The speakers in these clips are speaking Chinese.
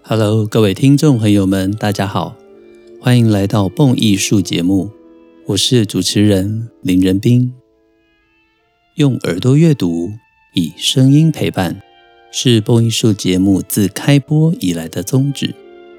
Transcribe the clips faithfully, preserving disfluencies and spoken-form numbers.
Hello， 各位听众朋友们，大家好，欢迎来到蹦艺术节目，我是主持人林仁斌。用耳朵阅读，以声音陪伴，是蹦艺术节目自开播以来的宗旨。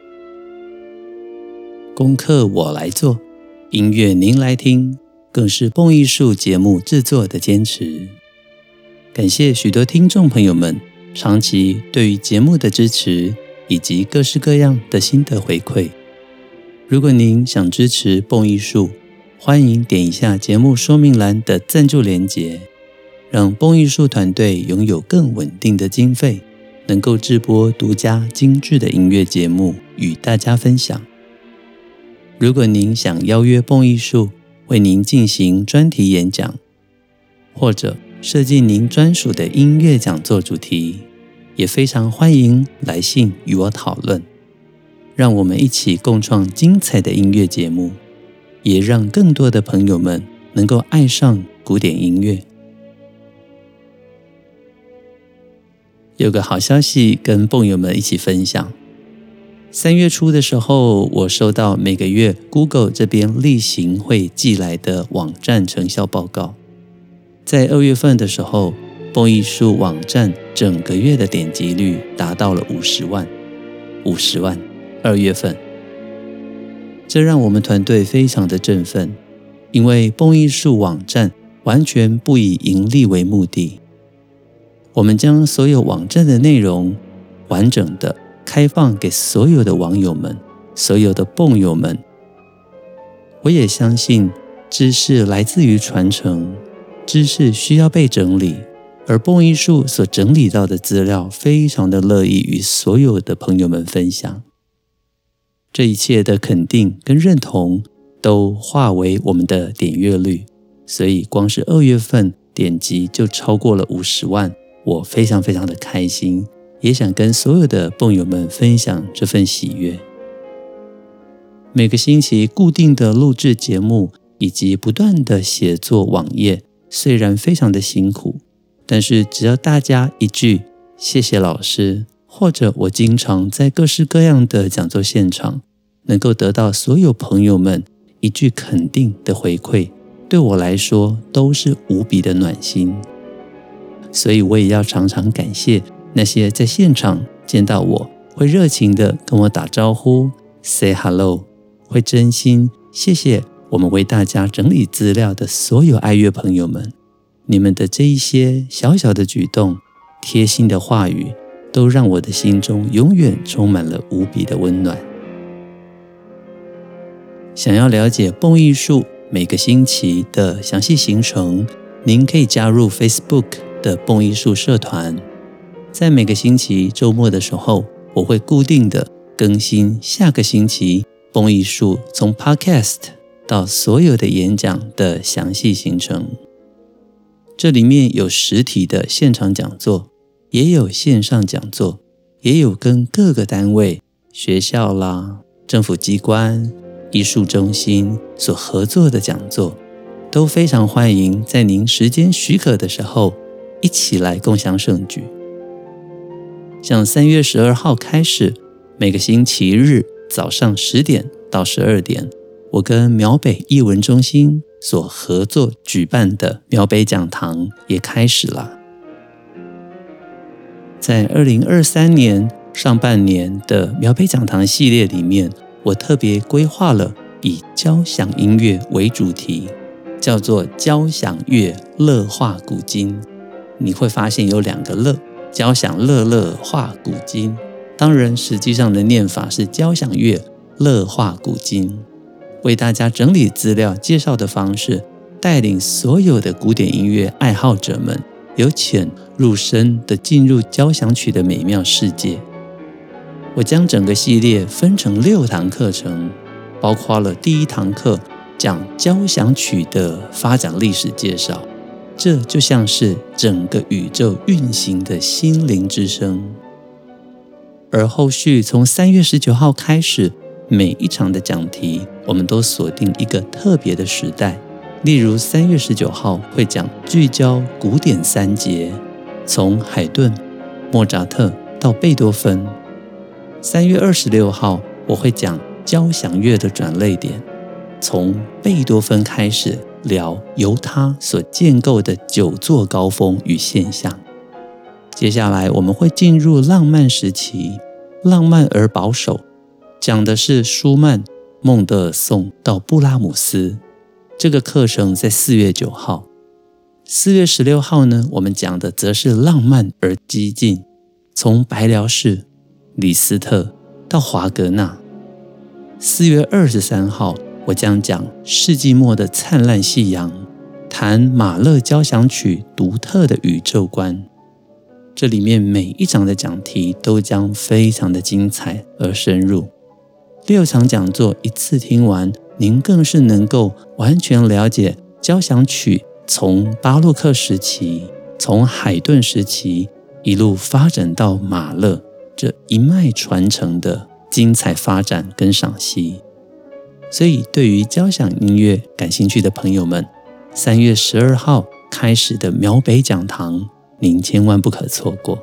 功课我来做，音乐您来听，更是蹦艺术节目制作的坚持。感谢许多听众朋友们长期对于节目的支持，以及各式各样的心得回馈。如果您想支持蹦艺术，欢迎点一下节目说明栏的赞助连结，让蹦艺术团队拥有更稳定的经费，能够制播独家精致的音乐节目与大家分享。如果您想邀约蹦艺术为您进行专题演讲，或者设计您专属的音乐讲座主题，也非常欢迎来信与我讨论，让我们一起共创精彩的音乐节目，也让更多的朋友们能够爱上古典音乐。有个好消息跟蹦友们一起分享，三月初的时候，我收到每个月 Google 这边例行会寄来的网站成效报告。在二月份的时候，蹦艺术网站整个月的点击率达到了五十万，五十万，二月份。这让我们团队非常的振奋，因为蹦艺术网站完全不以盈利为目的。我们将所有网站的内容完整的开放给所有的网友们，所有的蹦友们。我也相信知识来自于传承，知识需要被整理，而蹦艺术所整理到的资料非常的乐意与所有的朋友们分享。这一切的肯定跟认同都化为我们的点阅率，所以光是二月份点击就超过了五十万，我非常非常的开心，也想跟所有的蹦友们分享这份喜悦。每个星期固定的录制节目以及不断的写作网页，虽然非常的辛苦，但是只要大家一句谢谢老师，或者我经常在各式各样的讲座现场能够得到所有朋友们一句肯定的回馈，对我来说都是无比的暖心。所以我也要常常感谢那些在现场见到我会热情的跟我打招呼 say hello， 会真心谢谢我们为大家整理资料的所有爱乐朋友们。你们的这一些小小的举动，贴心的话语，都让我的心中永远充满了无比的温暖。想要了解蹦艺术每个星期的详细行程，您可以加入 Facebook 的蹦艺术社团。在每个星期周末的时候，我会固定的更新下个星期蹦艺术从 Podcast 到所有的演讲的详细行程。这里面有实体的现场讲座，也有线上讲座，也有跟各个单位、学校啦、政府机关、艺术中心所合作的讲座，都非常欢迎在您时间许可的时候一起来共襄盛举。像三月十二号开始，每个星期日早上十点到十二点，我跟苗北艺文中心所合作举办的苗北讲堂也开始了。在二零二三年上半年的苗北讲堂系列里面，我特别规划了以交响音乐为主题，叫做交响乐乐化古今。你会发现有两个乐，交响乐乐化古今，当然实际上的念法是交响乐乐化古今。为大家整理资料介绍的方式，带领所有的古典音乐爱好者们由浅入深的进入交响曲的美妙世界。我将整个系列分成六堂课程，包括了第一堂课讲交响曲的发展历史介绍，这就像是整个宇宙运行的心灵之声。而后续从三月十九号开始，每一场的讲题我们都锁定一个特别的时代，例如三月十九号会讲聚焦古典三杰，从海顿、莫扎特到贝多芬。 三月二十六号，我会讲交响乐的转捩点，从贝多芬开始聊由他所建构的九座高峰与现象。接下来我们会进入浪漫时期，浪漫而保守，讲的是舒曼、孟德尔颂到布拉姆斯。这个课程在四月九号。四月十六号呢，我们讲的则是浪漫而激进，从白辽士、李斯特到华格纳。四月二十三号，我将讲世纪末的灿烂夕阳，谈马勒交响曲独特的宇宙观。这里面每一场的讲题都将非常的精彩而深入。六场讲座一次听完，您更是能够完全了解交响曲从巴洛克时期，从海顿时期一路发展到马勒，这一脉传承的精彩发展跟赏析。所以对于交响音乐感兴趣的朋友们，三月十二号开始的苗北讲堂，您千万不可错过。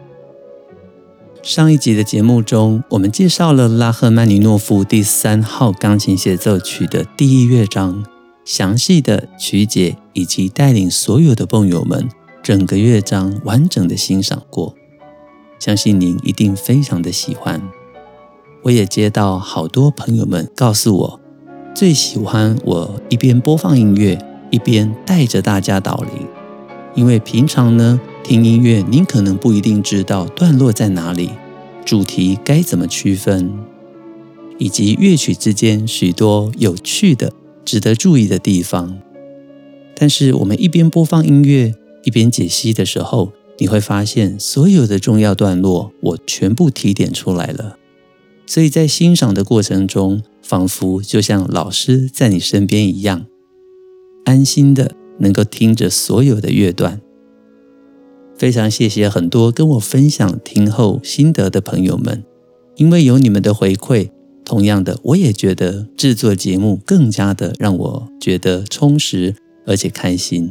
上一集的节目中，我们介绍了拉赫曼尼诺夫第三号钢琴协奏曲的第一乐章，详细的曲解以及带领所有的蹦友们整个乐章完整的欣赏过，相信您一定非常的喜欢。我也接到好多朋友们告诉我，最喜欢我一边播放音乐，一边带着大家导聆。因为平常呢，听音乐您可能不一定知道段落在哪里，主题该怎么区分，以及乐曲之间许多有趣的、值得注意的地方。但是我们一边播放音乐，一边解析的时候，你会发现所有的重要段落我全部提点出来了。所以在欣赏的过程中，仿佛就像老师在你身边一样，安心的能够听着所有的乐段。非常谢谢很多跟我分享听后心得的朋友们，因为有你们的回馈，同样的我也觉得制作节目更加的让我觉得充实而且开心。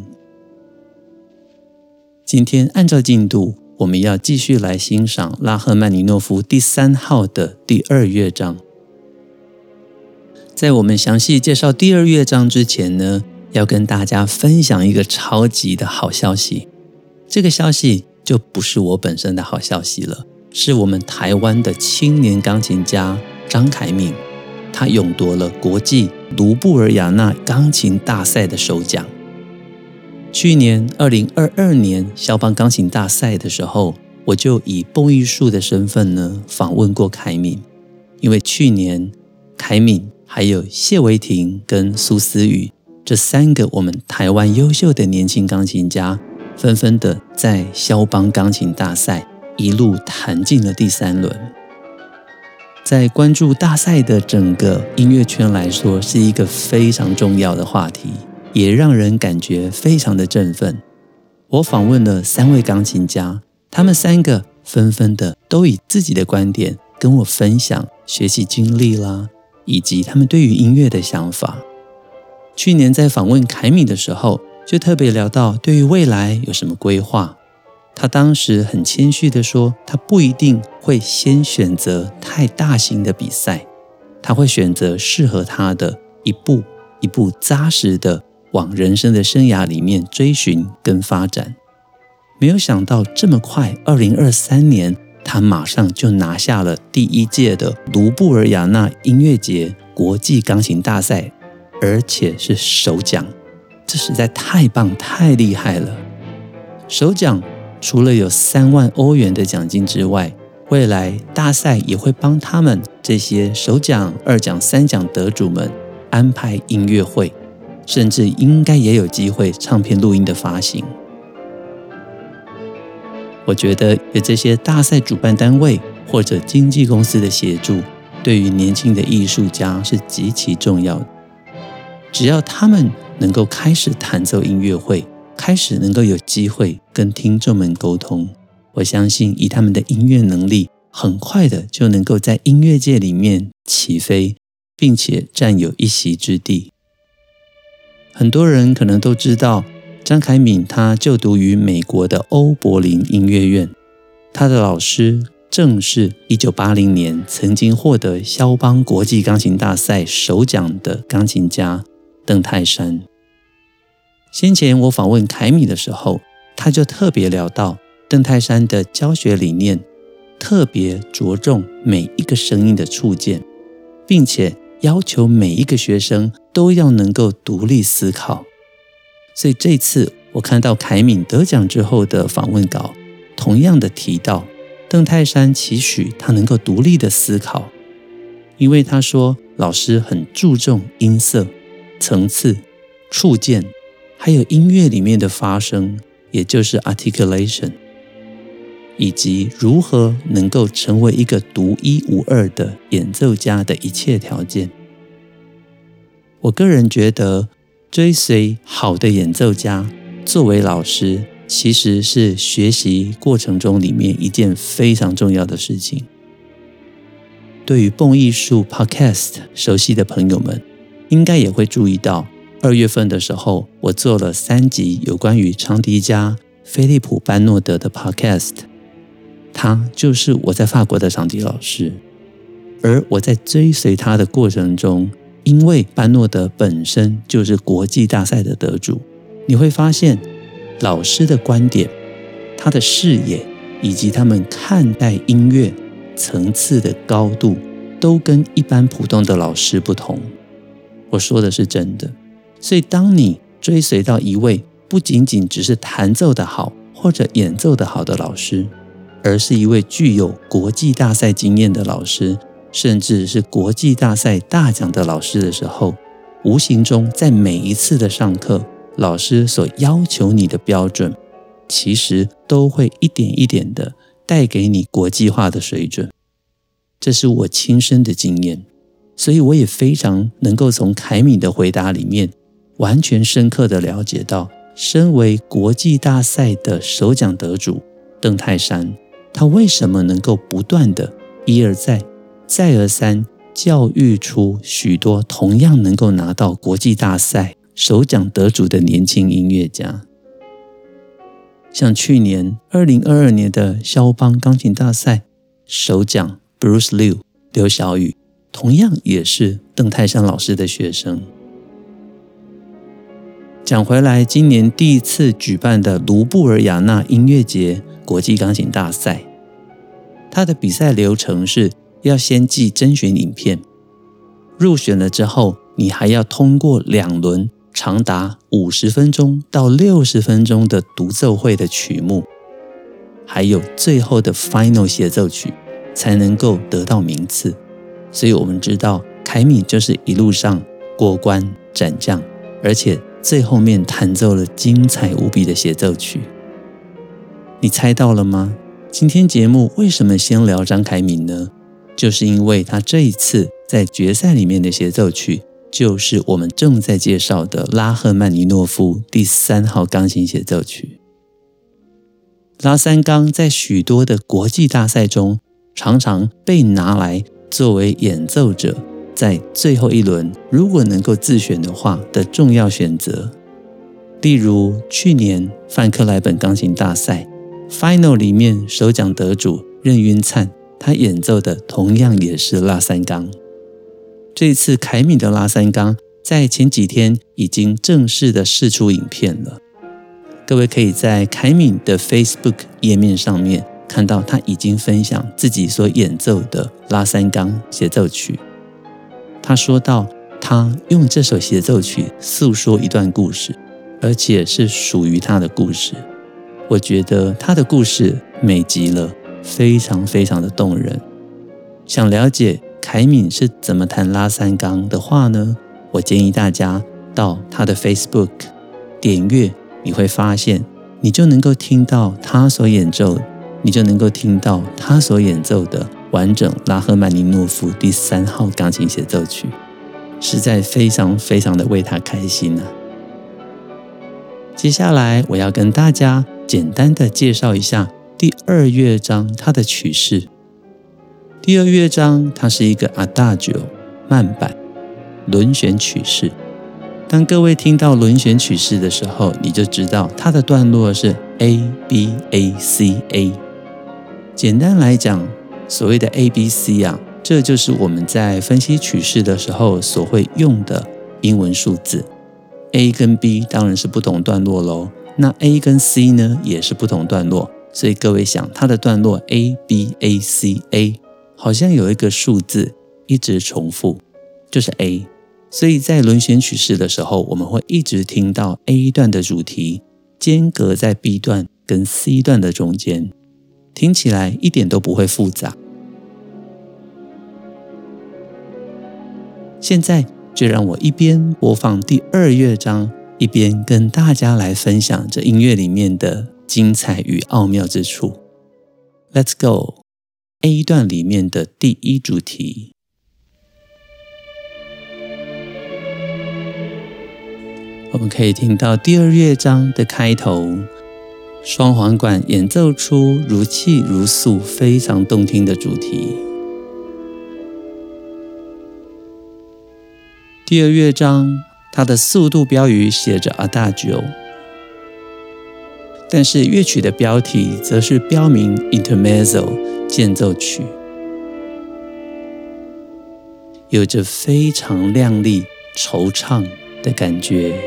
今天按照进度，我们要继续来欣赏拉赫曼尼诺夫第三号的第二乐章。在我们详细介绍第二乐章之前呢，要跟大家分享一个超级的好消息。这个消息就不是我本身的好消息了，是我们台湾的青年钢琴家张凯敏，他勇夺了国际卢布尔雅纳钢琴大赛的首奖。去年二零二二年肖邦钢琴大赛的时候，我就以蹦艺术的身份呢访问过凯敏，因为去年凯敏还有谢维廷跟苏思雨这三个我们台湾优秀的年轻钢琴家，纷纷的在肖邦钢琴大赛一路弹进了第三轮。在关注大赛的整个音乐圈来说，是一个非常重要的话题，也让人感觉非常的振奋。我访问了三位钢琴家，他们三个纷纷的都以自己的观点跟我分享学习经历啦，以及他们对于音乐的想法。去年在访问凯米的时候，就特别聊到对于未来有什么规划。他当时很谦虚地说，他不一定会先选择太大型的比赛，他会选择适合他的，一步一步扎实的往人生的生涯里面追寻跟发展。没有想到这么快，二零二三年他马上就拿下了第一届的卢布尔雅纳音乐节国际钢琴大赛，而且是首奖，这实在太棒太厉害了。首奖除了有三万欧元的奖金之外，未来大赛也会帮他们这些首奖、二奖、三奖得主们安排音乐会，甚至应该也有机会唱片录音的发行。我觉得有这些大赛主办单位或者经纪公司的协助，对于年轻的艺术家是极其重要的。只要他们能够开始弹奏音乐会，开始能够有机会跟听众们沟通，我相信以他们的音乐能力，很快的就能够在音乐界里面起飞，并且占有一席之地。很多人可能都知道，张凯敏他就读于美国的欧柏林音乐院，他的老师正是一九八零年曾经获得肖邦国际钢琴大赛首奖的钢琴家邓泰山。先前我访问凯米的时候，他就特别聊到邓泰山的教学理念特别着重每一个声音的触键，并且要求每一个学生都要能够独立思考。所以这次我看到凯敏得奖之后的访问稿，同样的提到邓泰山期许他能够独立的思考，因为他说老师很注重音色、层次、触键，还有音乐里面的发声，也就是 articulation， 以及如何能够成为一个独一无二的演奏家的一切条件。我个人觉得追随好的演奏家作为老师，其实是学习过程中里面一件非常重要的事情。对于蹦艺术 Podcast 熟悉的朋友们，应该也会注意到，二月份的时候，我做了三集有关于长笛家菲利普·班诺德的 Podcast， 他就是我在法国的长笛老师。而我在追随他的过程中，因为班诺德本身就是国际大赛的得主，你会发现老师的观点、他的视野以及他们看待音乐层次的高度，都跟一般普通的老师不同。我说的是真的。所以当你追随到一位不仅仅只是弹奏的好或者演奏的好的老师，而是一位具有国际大赛经验的老师，甚至是国际大赛大奖的老师的时候，无形中在每一次的上课，老师所要求你的标准，其实都会一点一点的带给你国际化的水准。这是我亲身的经验，所以我也非常能够从凯敏的回答里面完全深刻的了解到，身为国际大赛的首奖得主邓泰山，他为什么能够不断的一而再再而三教育出许多同样能够拿到国际大赛首奖得主的年轻音乐家。像去年二零二二年的肖邦钢琴大赛首奖 Bruce Liu 刘晓宇，同样也是邓泰山老师的学生。讲回来，今年第一次举办的卢布尔雅纳音乐节国际钢琴大赛，它的比赛流程是要先寄甄选影片，入选了之后，你还要通过两轮长达五十分钟到六十分钟的独奏会的曲目，还有最后的 final 协奏曲，才能够得到名次。所以我们知道凯米就是一路上过关斩将，而且最后面弹奏了精彩无比的协奏曲。你猜到了吗？今天节目为什么先聊张凯敏呢？就是因为他这一次在决赛里面的协奏曲，就是我们正在介绍的拉赫曼尼诺夫第三号钢琴协奏曲。拉三钢在许多的国际大赛中，常常被拿来作为演奏者在最后一轮如果能够自选的话的重要选择。例如去年范克莱本钢琴大赛 Final 里面首奖得主任云灿，他演奏的同样也是拉三钢。这次凯敏的拉三钢在前几天已经正式的释出影片了，各位可以在凯敏的 Facebook 页面上面看到他已经分享自己所演奏的拉三钢协奏曲。他说到他用这首协奏曲诉说一段故事，而且是属于他的故事。我觉得他的故事美极了，非常非常的动人。想了解凯敏是怎么弹拉三钢的话呢，我建议大家到他的 Facebook 点阅，你会发现你就能够听到他所演奏，你就能够听到他所演奏的完整拉赫曼尼诺夫第三号钢琴协奏曲，实在非常非常的为他开心啊。接下来我要跟大家简单的介绍一下第二乐章它的曲式。第二乐章它是一个 Adagio 慢板轮旋曲式。当各位听到轮旋曲式的时候，你就知道它的段落是 A B A C A。简单来讲， 所谓的 A B C 啊，这就是我们在分析曲式的时候所会用的英文数字。A 跟 B 当然是不同段落咯，那 A 跟 C 呢也是不同段落，所以各位想它的段落 A B A C A 好像有一个数字一直重复，就是 A， 所以在轮弦曲式的时候，我们会一直听到 A 段的主题间隔在 B 段跟 C 段的中间，听起来一点都不会复杂。现在就让我一边播放第二乐章，一边跟大家来分享这音乐里面的精彩与奥妙之处。 Let's go！ A 段里面的第一主题，我们可以听到第二乐章的开头，双簧管演奏出如泣如诉非常动听的主题。第二乐章它的速度标语写着 Adagio， 但是乐曲的标题则是标明 Intermezzo 间奏曲，有着非常亮丽惆怅的感觉。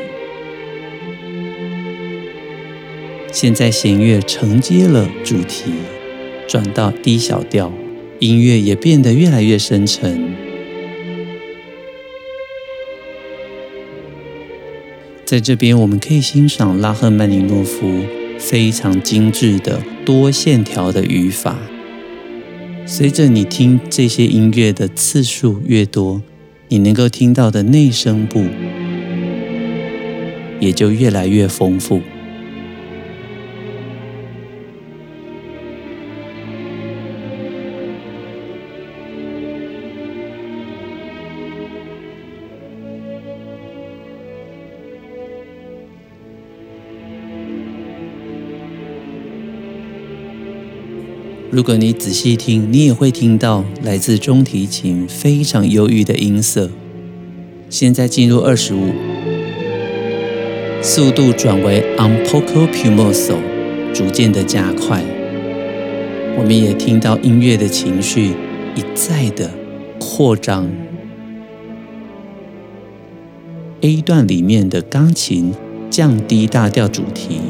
现在弦乐承接了主题，转到 D 小调，音乐也变得越来越深沉。在这边我们可以欣赏拉赫曼尼诺夫非常精致的多线条的语法。随着你听这些音乐的次数越多，你能够听到的内声部也就越来越丰富。如果你仔细听，你也会听到来自中提琴非常忧郁的音色。现在进入二十五，速度转为 un poco più mosso， 逐渐的加快。我们也听到音乐的情绪一再的扩张。A 段里面的钢琴降低大调主题，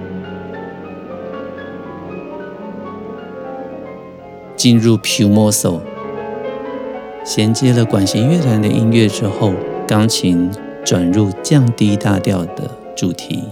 进入 più mosso， 衔接了管弦乐团的音乐之后，钢琴转入降低大调的主题。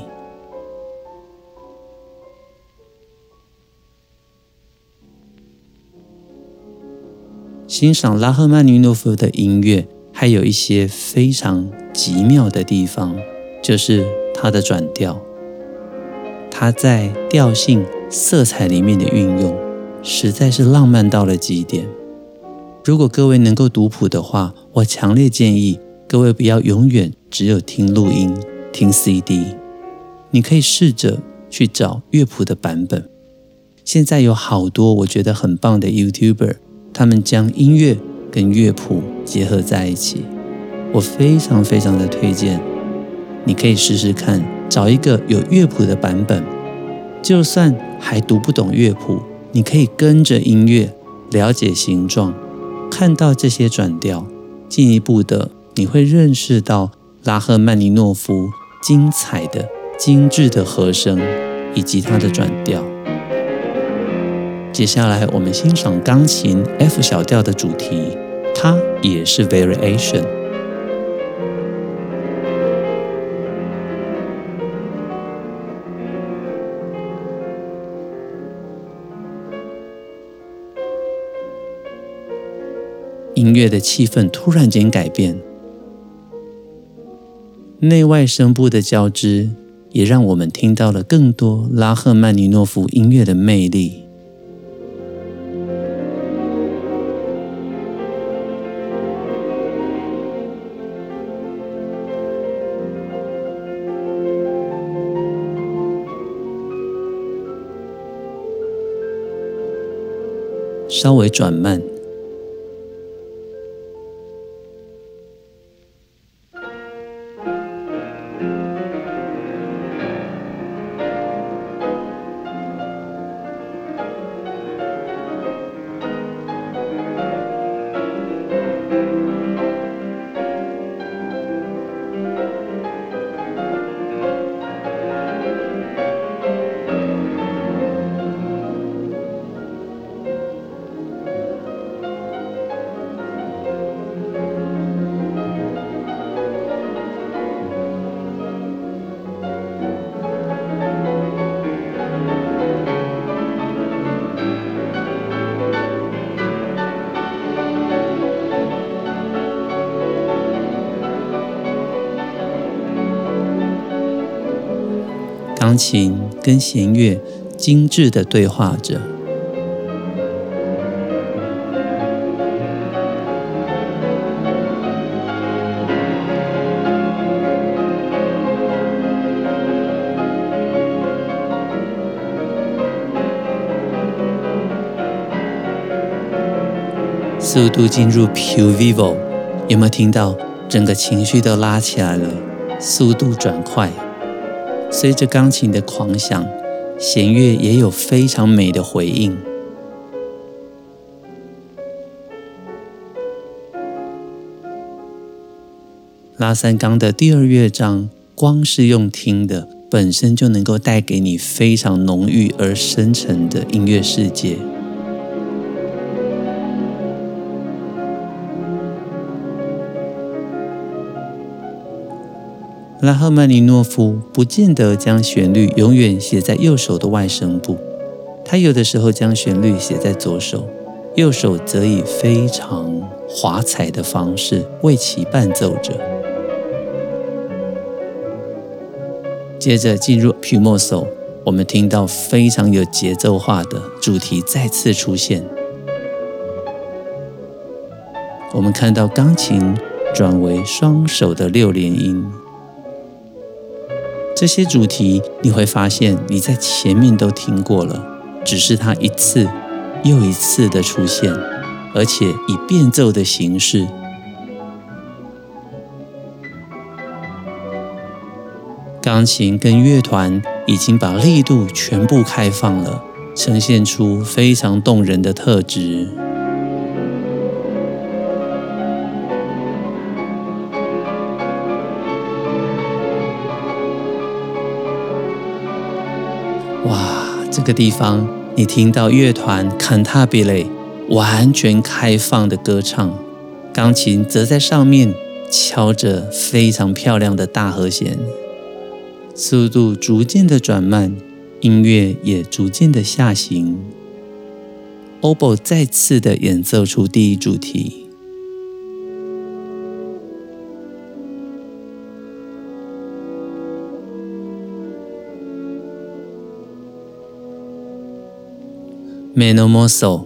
欣赏拉赫曼尼诺夫的音乐，还有一些非常极妙的地方，就是它的转调，它在调性、色彩里面的运用实在是浪漫到了极点。如果各位能够读谱的话，我强烈建议各位不要永远只有听录音、听 C D， 你可以试着去找乐谱的版本。现在有好多我觉得很棒的 YouTuber， 他们将音乐跟乐谱结合在一起，我非常非常的推荐你可以试试看，找一个有乐谱的版本，就算还读不懂乐谱，你可以跟着音乐了解形状，看到这些转调，进一步的你会认识到拉赫曼尼诺夫精彩的精致的和声以及它的转调。接下来我们欣赏钢琴 F 小调的主题，它也是 Variation。音乐的气氛突然间改变，内外声部的交织也让我们听到了更多拉赫曼尼诺夫音乐的魅力。稍微转慢， 钢琴跟弦乐精致地对话着。速度进入 più vivo， 有没有听到？整个情绪都拉起来了，速度转快。随着钢琴的狂响，弦乐也有非常美的回应。拉三钢的第二乐章，光是用听的，本身就能够带给你非常浓郁而深沉的音乐世界。拉赫曼尼诺夫不见得将旋律永远写在右手的外声部，他有的时候将旋律写在左手，右手则以非常华彩的方式为其伴奏着。接着进入 più mosso， 我们听到非常有节奏化的主题再次出现。我们看到钢琴转为双手的六连音。这些主题你会发现你在前面都听过了，只是它一次又一次的出现，而且以变奏的形式。钢琴跟乐团已经把力度全部开放了，呈现出非常动人的特质。哇，这个地方你听到乐团 cantabile 完全开放的歌唱，钢琴则在上面敲着非常漂亮的大和弦，速度逐渐的转慢，音乐也逐渐的下行。Oboe 再次的演奏出第一主题。Meno mosso，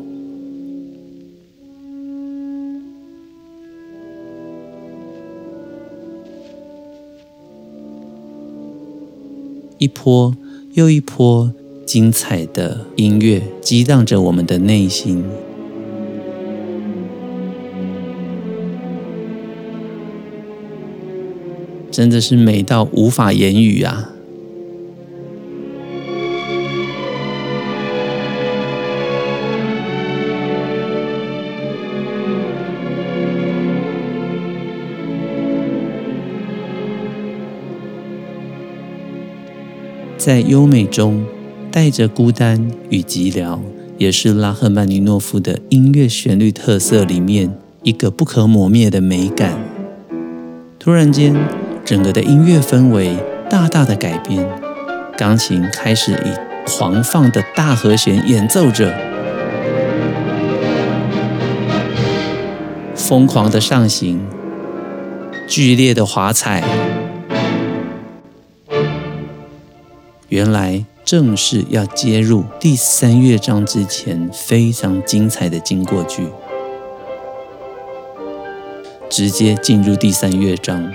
一波又一波精彩的音乐激荡着我们的内心。真的是美到无法言语啊！在优美中带着孤单与寂寥，也是拉赫曼尼诺夫的音乐旋律特色里面一个不可磨灭的美感。突然间，整个的音乐氛围大大的改变，钢琴开始以狂放的大和弦演奏着，疯狂的上行，剧烈的华彩。原来正是要接入第三乐章之前非常精彩的经过句，直接进入第三乐章。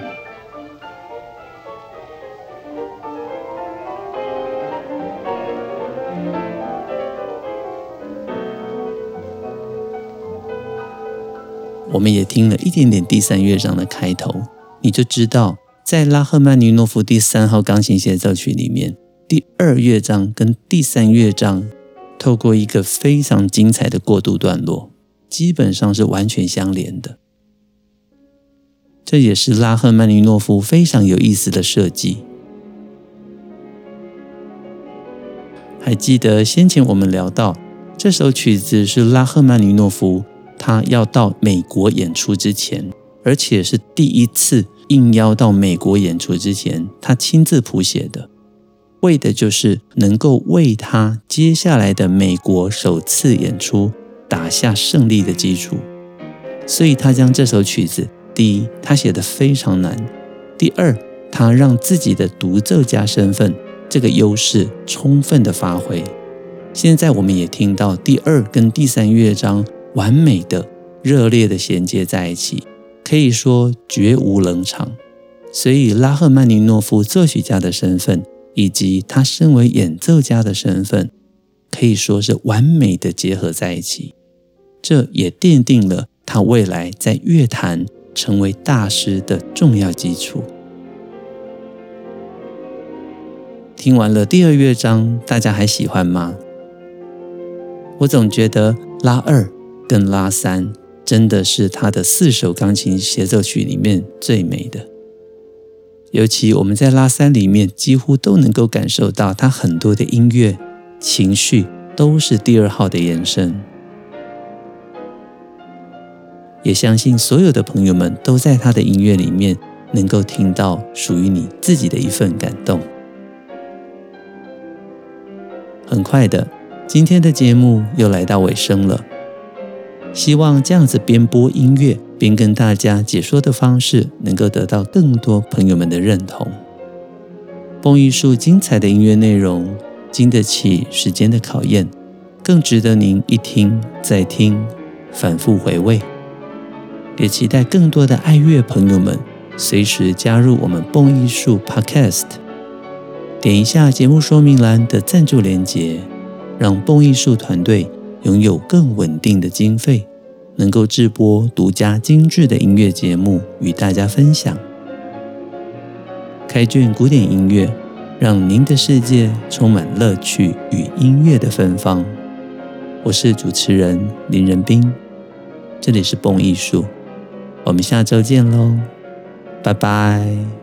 我们也听了一点点第三乐章的开头，你就知道在拉赫曼尼诺夫第三号钢琴协奏曲里面，第二乐章跟第三乐章透过一个非常精彩的过渡段落，基本上是完全相连的。这也是拉赫曼尼诺夫非常有意思的设计。还记得先前我们聊到，这首曲子是拉赫曼尼诺夫他要到美国演出之前，而且是第一次应邀到美国演出之前，他亲自谱写的。为的就是能够为他接下来的美国首次演出打下胜利的基础。所以他将这首曲子，第一，他写得非常难；第二，他让自己的独奏家身份这个优势充分的发挥。现在我们也听到第二跟第三乐章完美的、热烈的衔接在一起，可以说绝无冷场。所以拉赫曼尼诺夫作曲家的身份以及他身为演奏家的身份，可以说是完美的结合在一起。这也奠定了他未来在乐坛成为大师的重要基础。听完了第二乐章，大家还喜欢吗？我总觉得拉二跟拉三真的是他的四首钢琴协奏曲里面最美的。尤其我们在拉三里面几乎都能够感受到他很多的音乐情绪都是第二号的延伸。也相信所有的朋友们都在他的音乐里面能够听到属于你自己的一份感动。很快的，今天的节目又来到尾声了。希望这样子边播音乐边跟大家解说的方式能够得到更多朋友们的认同。蹦艺术精彩的音乐内容经得起时间的考验，更值得您一听再听，反复回味。也期待更多的爱乐朋友们随时加入我们蹦艺术 Podcast， 点一下节目说明栏的赞助连结，让蹦艺术团队拥有更稳定的经费，能够制播独家精致的音乐节目与大家分享。开卷古典音乐，让您的世界充满乐趣与音乐的芬芳。我是主持人林仁斌，这里是蹦艺术，我们下周见喽，拜拜。